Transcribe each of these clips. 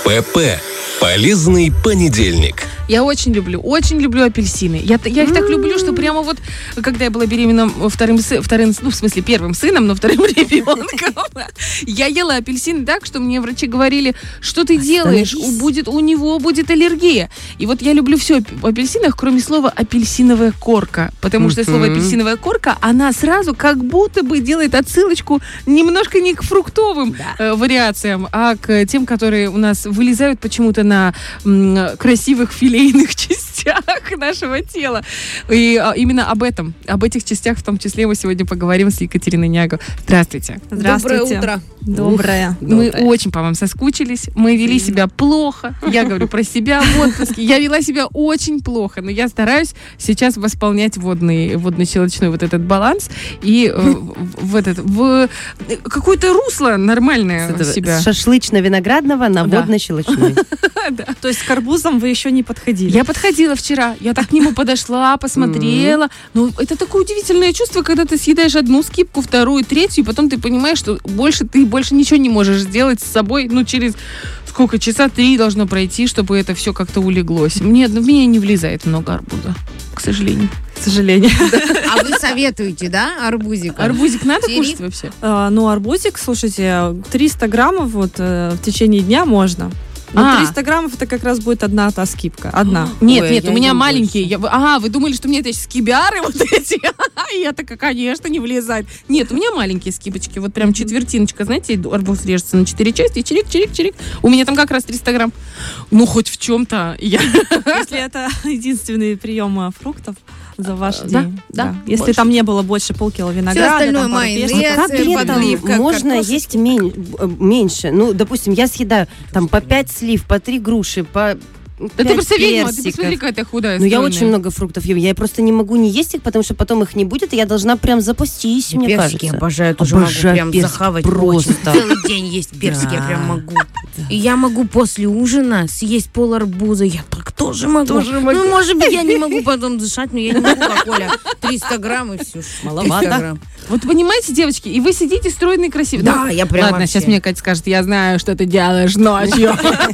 ПП. Полезный понедельник. Я очень люблю апельсины. Я их так люблю, что прямо вот, когда я была беременна первым сыном, но вторым ребенком, я ела апельсины так, что мне врачи говорили, что ты делаешь, у него будет аллергия. И вот я люблю все в апельсинах, кроме слова апельсиновая корка, потому что слово апельсиновая корка, она сразу как будто бы делает отсылочку немножко не к фруктовым вариациям, а к тем, которые у нас вылезают почему-то на красивых филейных частях нашего тела. И именно об этих частях в том числе мы сегодня поговорим с Екатериной Няго. Здравствуйте. Доброе утро. Доброе. Мы очень по вам соскучились. Мы вели себя плохо. Я говорю про себя в отпуске. Я вела себя очень плохо, но я стараюсь сейчас восполнять водно-щелочной вот этот баланс и в какое-то русло нормальное себя. С шашлычно-виноградного на водно-щелочной. То есть к арбузам вы еще не подходили? Я подходила вчера. Я так к нему подошла, посмотрела. Ну, это такое удивительное чувство, когда ты съедаешь одну скибку, вторую, третью, и потом ты понимаешь, что ты больше ничего не можешь сделать с собой. Ну, через сколько? Часа 3 должно пройти, чтобы это все как-то улеглось. В меня не влезает много арбуза, к сожалению. К сожалению. А вы советуете, да, арбузик? Арбузик надо кушать вообще? Арбузик, слушайте, 300 граммов в течение дня можно. Но 300 граммов это как раз будет одна та скибка. Одна. Нет, у меня маленькие. Вы думали, что у меня это скибяры вот эти? Я такая, конечно, не влезает. Нет, у меня маленькие скибочки. Вот прям четвертиночка, знаете, арбуз режется на 4 части, чирик. У меня там как раз 300 грамм. Ну, хоть в чем-то. Если это единственный прием фруктов за ваш день. Да. Если больше. Там не было больше полкило винограда. Все остальное майонез, подливка. Можно есть меньше. Ну, допустим, я съедаю там по 5 слив, по 3 груши, по 5 ты просто ведьма, ты персиков. посмотри, какая ты худая. Ну, я очень много фруктов ем. Я просто не могу не есть их, потому что потом их не будет, и я должна прям запастись, мне кажется. Персики обожаю, тоже могу прям захавать просто. Целый день есть персики, я прям могу. И я могу после ужина съесть пол арбуза. Я так тоже могу. Ну, может быть, я не могу потом дышать, но я не могу, как Оля. 300 грамм и все. Маловато. Вот понимаете, девочки, и вы сидите стройные, красивые. Да, я прям Ладно, сейчас мне Катя скажет, я знаю, что ты делаешь ночью.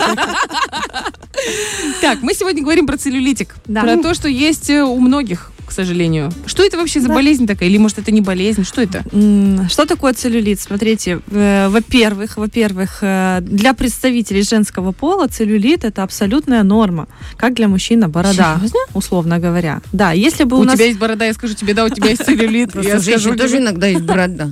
Так, мы сегодня говорим про целлюлитик. Про то, что есть у многих, к сожалению. Что это вообще за болезнь такая? Или, может, это не болезнь? Что это? Что такое целлюлит? Смотрите, во-первых, для представителей женского пола целлюлит – это абсолютная норма. Как для мужчины борода, условно говоря. Да, если бы у нас... тебя есть борода, я скажу тебе, да, у тебя есть целлюлит. У женщин тоже иногда есть борода.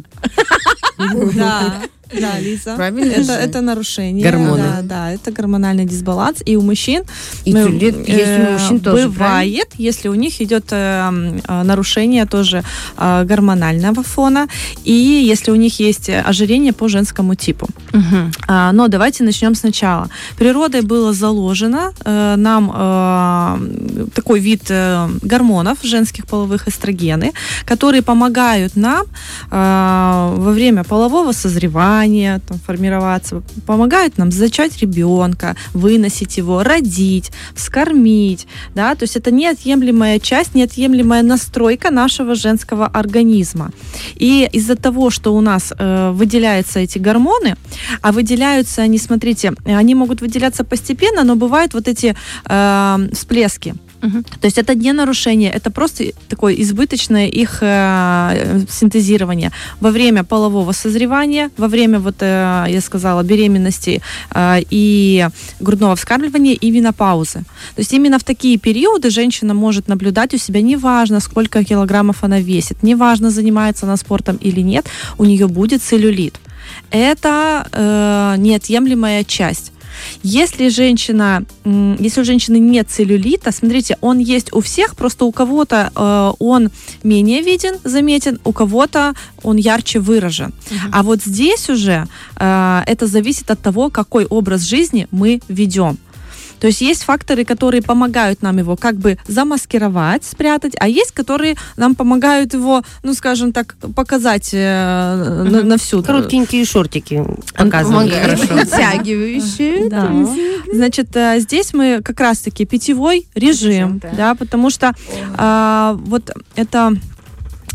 Да, Лиза. Правильно. Это нарушение. Гормоны. Да, это гормональный дисбаланс. И у мужчин и целлюлит есть у мужчин тоже. Бывает, если у них идет нарушение тоже гормонального фона, и если у них есть ожирение по женскому типу. Но давайте начнем сначала. Природой было заложено нам такой вид гормонов женских половых, эстрогены, которые помогают нам во время полового созревания, формироваться, помогают нам зачать ребенка, выносить его, родить, вскормить, да, то есть это неотъемлемая часть, неотъемлемая настройка нашего женского организма. И из-за того, что у нас выделяются эти гормоны, а выделяются они, смотрите, они могут выделяться постепенно, но бывают вот эти всплески. То есть это не нарушение, это просто такое избыточное их синтезирование во время полового созревания, во время, я сказала, беременности и грудного вскармливания и менопаузы. То есть именно в такие периоды женщина может наблюдать у себя, неважно, сколько килограммов она весит, неважно, занимается она спортом или нет, у нее будет целлюлит. Это неотъемлемая часть. Если у женщины нет целлюлита, смотрите, он есть у всех, просто у кого-то он менее виден, заметен, у кого-то он ярче выражен. А вот здесь уже это зависит от того, какой образ жизни мы ведем. То есть есть факторы, которые помогают нам его как бы замаскировать, спрятать, а есть, которые нам помогают его, ну, скажем так, показать на всю. Короткенькие шортики показывают. Хорошо. Оттягивающие. Да. Значит, здесь мы как раз-таки питьевой режим, да, потому что вот это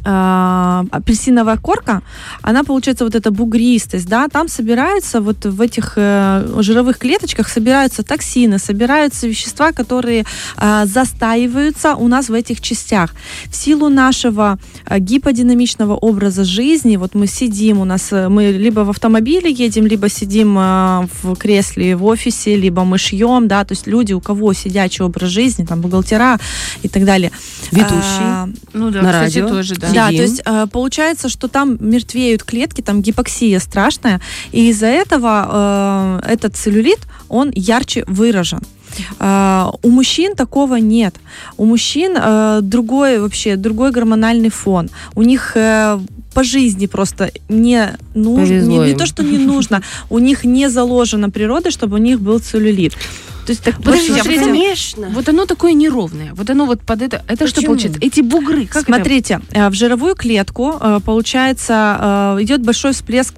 апельсиновая корка, она, получается, вот эта бугристость, да, там собираются вот в этих жировых клеточках собираются токсины, собираются вещества, которые застаиваются у нас в этих частях. В силу нашего гиподинамичного образа жизни, вот мы сидим, мы либо в автомобиле едем, либо сидим в кресле в офисе, либо мы шьем, да, то есть люди, у кого сидячий образ жизни, там, бухгалтера и так далее. Ведущие. Ну да, на кстати, радио. тоже, да. Да, то есть получается, что там мертвеют клетки, там гипоксия страшная, и из-за этого этот целлюлит, он ярче выражен. У мужчин такого нет. У мужчин другой гормональный фон. У них по жизни просто не то, что не нужно, у них не заложено природой, чтобы у них был целлюлит. То есть так, Подождите, конечно. Вот оно такое неровное. Вот оно вот под это. Это что получается? Эти бугры. Как Смотрите, в жировую клетку, получается, идет большой всплеск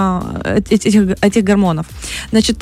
этих гормонов. Значит,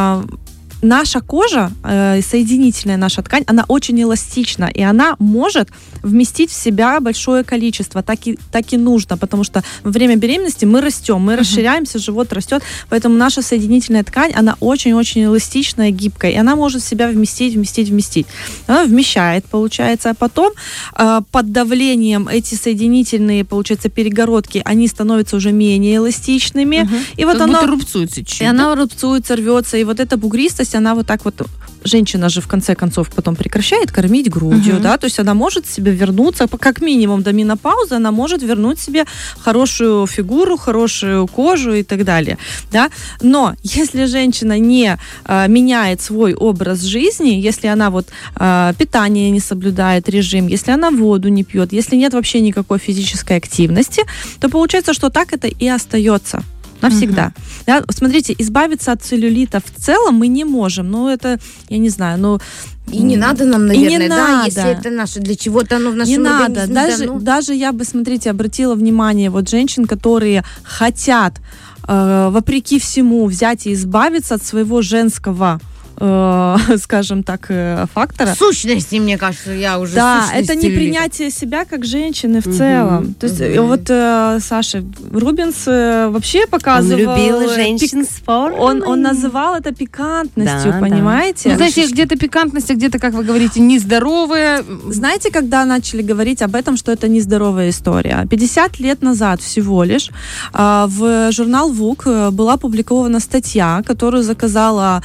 наша кожа, соединительная наша ткань, она очень эластична, и она может вместить в себя большое количество, так и нужно, потому что во время беременности мы растем, мы расширяемся, живот растет, поэтому наша соединительная ткань, она очень-очень эластичная, гибкая, и она может в себя вместить. Она вмещает, получается, а потом под давлением эти соединительные, получается, перегородки, они становятся уже менее эластичными, и вот она рубцуется чуть-чуть. И она рубцуется, рвется, и вот эта бугристость, она вот так вот, женщина же в конце концов потом прекращает кормить грудью, да, то есть она может себе вернуться, как минимум до менопаузы, она может вернуть себе хорошую фигуру, хорошую кожу и так далее, да, но если женщина не меняет свой образ жизни, если она вот питание не соблюдает, режим, если она воду не пьет, если нет вообще никакой физической активности, то получается, что так это и остается. Навсегда. Да? Смотрите, избавиться от целлюлита в целом мы не можем. Ну, это, я не знаю, И не надо нам, наверное, да, надо. если это наше, для чего-то оно в нашем организме. Не надо. Даже я бы, смотрите, обратила внимание вот женщин, которые хотят, вопреки всему, взять и избавиться от своего женского, скажем так, фактора. Сущности, мне кажется, я уже Да, это не принятие себя как женщины в целом. То есть вот Саша Рубинс вообще показывал... Он любил женщин с формой. Он называл это пикантностью, Да, понимаете? Ну, знаете, где-то пикантность, а где-то, как вы говорите, нездоровая. Знаете, когда начали говорить об этом, что это нездоровая история? 50 лет назад всего лишь в журнал Vogue была опубликована статья, которую заказала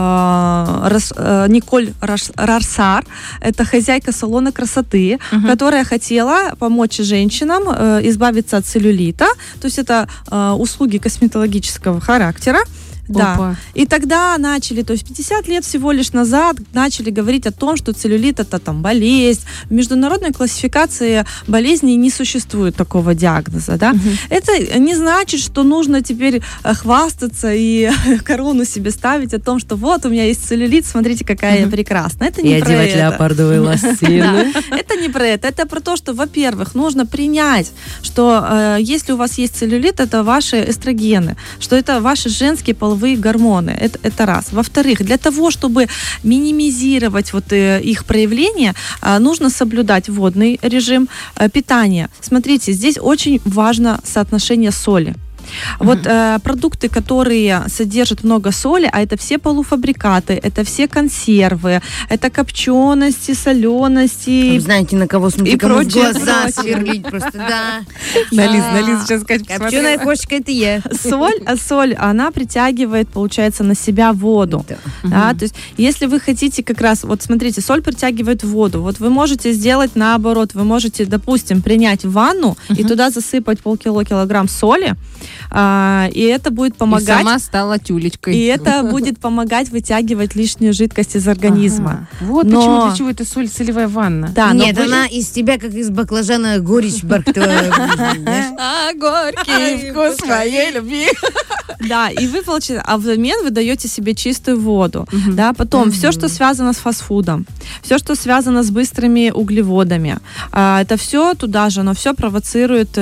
Николь Рарсар, это хозяйка салона красоты, которая хотела помочь женщинам избавиться от целлюлита, то есть это услуги косметологического характера. Да. И тогда начали, то есть 50 лет всего лишь назад начали говорить о том, что целлюлит это там болезнь. В международной классификации болезней не существует такого диагноза, да. Это не значит, что нужно теперь хвастаться и корону себе ставить о том, что вот у меня есть целлюлит, смотрите, какая я прекрасная. Это не про это. И одевать леопардовые лосины. Это не про это. Это про то, что, во-первых, нужно принять, что если у вас есть целлюлит, это ваши эстрогены, что это ваши женские половые гормоны. Это раз. Во-вторых, для того, чтобы минимизировать вот их проявление, нужно соблюдать водный режим питания. Смотрите, здесь очень важно соотношение соли. Вот продукты, которые содержат много соли, а это все полуфабрикаты, это все консервы, это копчености, солености. Знаете, на кого смотреть, кому в глаза сверлить просто, да. На Лиз сейчас сказать, копченая кошечка, это я. Соль, она притягивает, получается, на себя воду. Да, то есть, если вы хотите как раз, вот смотрите, соль притягивает воду, вот вы можете сделать наоборот, вы можете, допустим, принять ванну и туда засыпать полкилограмма соли, и это будет помогать... И сама стала тюлечкой. И это будет помогать вытягивать лишнюю жидкость из организма. Вот почему для чего это соль, солевая ванна. Да, нет, она из тебя, как из баклажана, горечь барктовая. Горький вкус моей любви. Да, и вы, получаете, а взамен вы даете себе чистую воду. Да, потом все, что связано с фастфудом, все, что связано с быстрыми углеводами, это все туда же, оно все провоцирует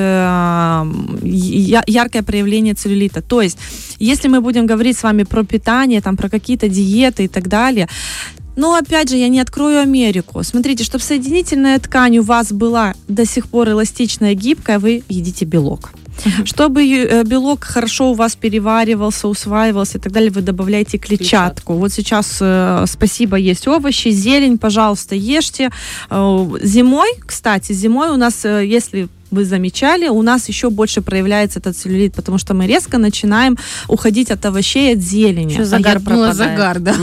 яркое проявление целлюлита. То есть, если мы будем говорить с вами про питание, там, про какие-то диеты и так далее, Но, опять же, я не открою Америку. Смотрите, чтобы соединительная ткань у вас была до сих пор эластичная, гибкая, вы едите белок. Чтобы белок хорошо у вас переваривался, усваивался и так далее, вы добавляете клетчатку. Вот сейчас, спасибо, есть овощи, зелень, пожалуйста, ешьте. Зимой, кстати, у нас, если вы замечали, у нас еще больше проявляется этот целлюлит, потому что мы резко начинаем уходить от овощей, от зелени. Что загар пропадает. Загар, да.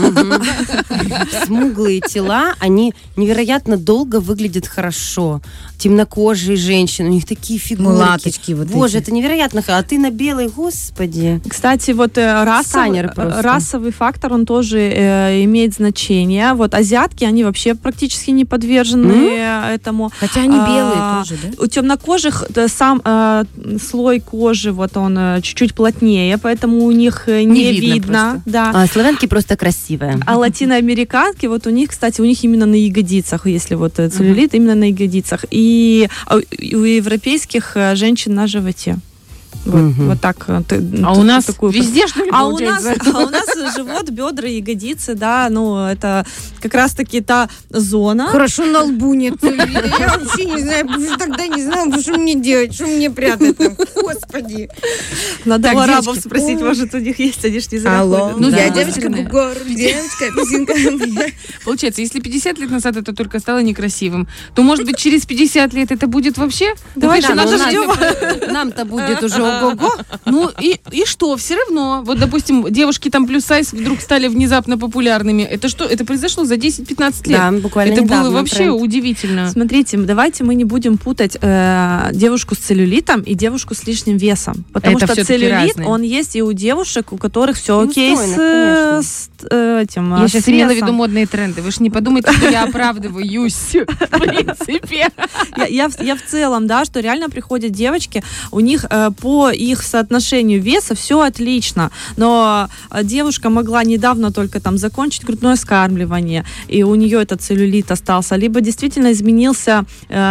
Смуглые тела, они невероятно долго выглядят хорошо. Темнокожие женщины, у них такие фигурки. Мулаточки вот Боже, эти. это невероятно. А ты на белой, господи. Кстати, вот расовый фактор, он тоже имеет значение. Вот азиатки, они вообще практически не подвержены этому. Хотя они белые тоже, да? У темнокожих сам слой кожи, вот он чуть-чуть плотнее, поэтому у них не видно. Да. А славянки просто красивые. А латиноамериканки, вот у них, кстати, у них именно на ягодицах, если вот целлюлит, именно на ягодицах. И у европейских женщин на животе. Вот так. У нас везде, что ли, получается? У нас живот, бедра, ягодицы, да, это как раз-таки та зона. Хорошо, на лбу нет целлюлита. Я вообще не знаю, тогда не знала, что мне делать, что мне прятать там. Господи. Надо у арабов спросить, может, у них есть, они ж не зря ходят. Ну, я девочка-бугор, девочка-апельсинка. Получается, если 50 лет назад это только стало некрасивым, то, может быть, через 50 лет это будет вообще? Давайте подождем. Нам-то будет уже ого-го. Ну и что? Все равно. Вот, допустим, девушки там плюс-сайз вдруг стали внезапно популярными. Это что? Это произошло за 10-15 лет. Да, буквально это недавно, было вообще удивительно. Смотрите, давайте мы не будем путать девушку с целлюлитом и девушку с лишним весом. Потому это что целлюлит, разные. он есть и у девушек, у которых все окей с этим. Я сейчас имела в виду модные тренды. Вы же не подумайте, что я оправдываюсь. В принципе. Я в целом, да, что реально приходят девочки, у них по их соотношению веса все отлично, но девушка могла недавно только там закончить грудное вскармливание, и у нее этот целлюлит остался, либо действительно изменился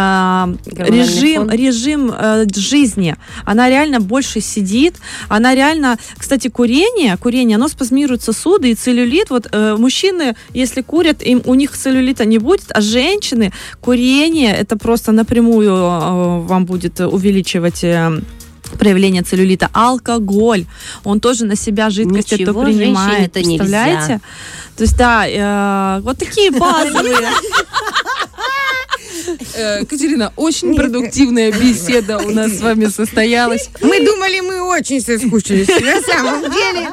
режим жизни. Она реально больше сидит, она реально, кстати, курение, оно спазмирует сосуды, и целлюлит, вот мужчины, если курят, у них целлюлита не будет, а женщины, курение, это просто напрямую вам будет увеличивать проявление целлюлита. Алкоголь, он тоже на себя жидкость эту принимает. Представляете? Нельзя. То есть, да, вот такие базовые. Катерина, очень продуктивная беседа у нас с вами состоялась. Мы думали, мы очень соскучились. На самом деле...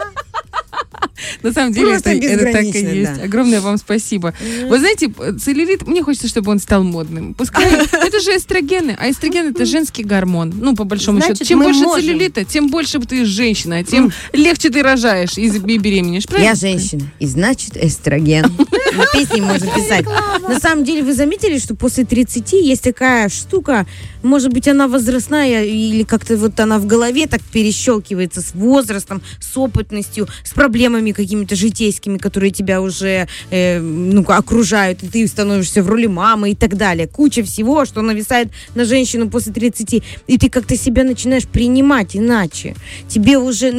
На самом деле это так и есть. Да. Огромное вам спасибо. Вы знаете, целлюлит, мне хочется, чтобы он стал модным. Пускай это же эстрогены, а эстроген это женский гормон. Ну, по большому счету. Чем больше целлюлита, тем больше ты женщина, тем легче ты рожаешь и беременеешь. Я женщина, и значит эстроген. Песни можно писать. На самом деле, вы заметили, что после 30 есть такая штука, может быть, она возрастная, или как-то вот она в голове так перещелкивается с возрастом, с опытностью, с проблемами какими-то житейскими, которые тебя уже окружают, и ты становишься в роли мамы и так далее. Куча всего, что нависает на женщину после 30, и ты как-то себя начинаешь принимать иначе. Тебе уже,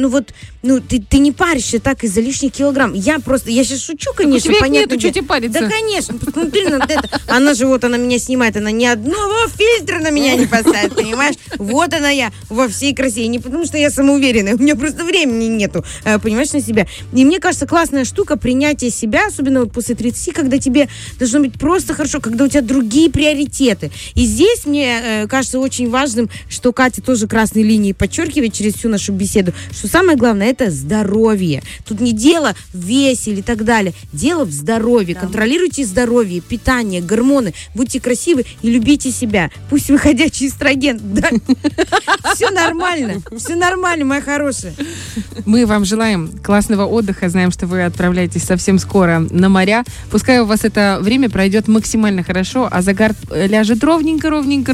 ты не паришься так из-за лишних килограмм. Я сейчас шучу, конечно, понятно. Что тебе париться? Да, конечно, посмотри на это. Она меня снимает, она ни одного фильтра на меня не поставит, понимаешь? Вот она я во всей красе. И не потому, что я самоуверенная, у меня просто времени нету, понимаешь, на себя. И мне кажется, классная штука принятие себя, особенно вот после 30, когда тебе должно быть просто хорошо, когда у тебя другие приоритеты. И здесь мне кажется очень важным, что Катя тоже красной линией подчеркивает через всю нашу беседу, что самое главное — это здоровье. Тут не дело в весе или так далее. Дело в здоровье. Да. Контролируйте здоровье, питание, гормоны. Будьте красивы и любите себя. Пусть выходящий эстроген. Да? Все нормально. Все нормально, моя хорошая. Мы вам желаем классного отдыха. Знаем, что вы отправляетесь совсем скоро на моря. Пускай у вас это время пройдет максимально хорошо, а загар ляжет ровненько.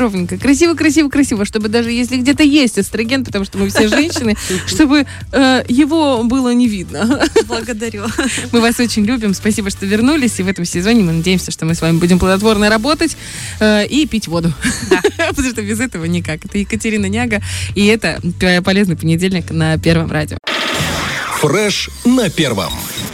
Красиво, чтобы даже если где-то есть эстроген, потому что мы все женщины, чтобы его было не видно. Благодарю. Мы вас очень любим. Спасибо, что вернулись. И в этом сезоне мы надеемся, что мы с вами будем плодотворно работать и пить воду. Да. Потому что без этого никак. Это Екатерина Няга. И это полезный понедельник на Первом радио. Фреш на Первом.